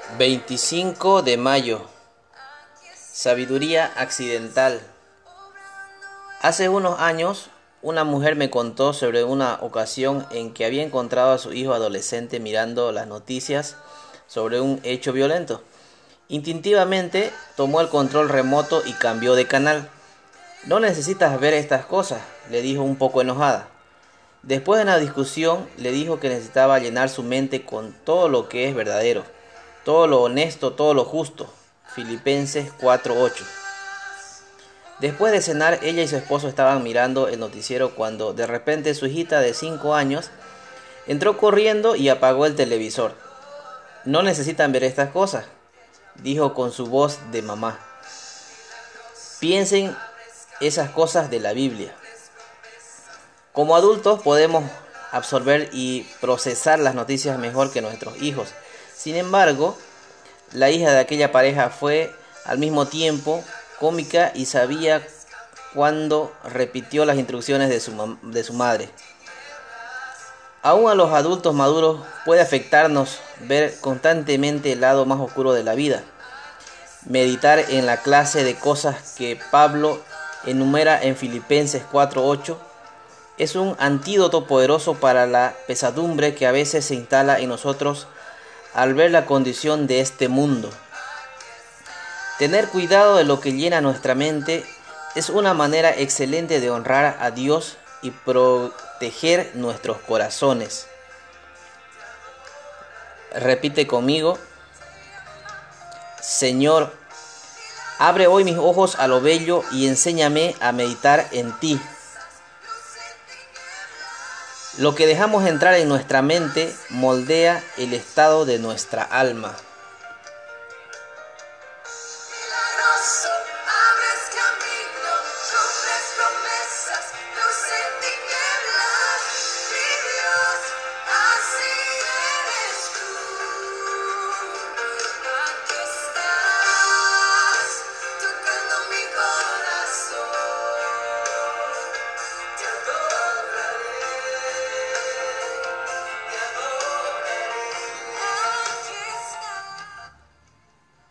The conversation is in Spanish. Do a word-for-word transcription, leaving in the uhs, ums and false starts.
veinticinco de mayo. Sabiduría accidental. Hace unos años, una mujer me contó sobre una ocasión en que había encontrado a su hijo adolescente mirando las noticias sobre un hecho violento. Instintivamente tomó el control remoto y cambió de canal. «No necesitas ver estas cosas», le dijo un poco enojada. Después de una discusión, le dijo que necesitaba llenar su mente con todo lo que es verdadero, todo lo honesto, todo lo justo. Filipenses cuatro ocho. Después de cenar, ella y su esposo estaban mirando el noticiero cuando de repente su hijita de cinco años entró corriendo y apagó el televisor. «No necesitan ver estas cosas», dijo con su voz de mamá. Piensen esas cosas de la Biblia. Como adultos podemos absorber y procesar las noticias mejor que nuestros hijos. Sin embargo, la hija de aquella pareja fue al mismo tiempo cómica y sabía cuando repitió las instrucciones de su, de su madre. Aún a los adultos maduros puede afectarnos ver constantemente el lado más oscuro de la vida. Meditar en la clase de cosas que Pablo enumera en Filipenses cuatro ocho es un antídoto poderoso para la pesadumbre que a veces se instala en nosotros al ver la condición de este mundo. Tener cuidado de lo que llena nuestra mente es una manera excelente de honrar a Dios y proteger nuestros corazones. Repite conmigo: Señor, abre hoy mis ojos a lo bello y enséñame a meditar en ti. Lo que dejamos entrar en nuestra mente moldea el estado de nuestra alma.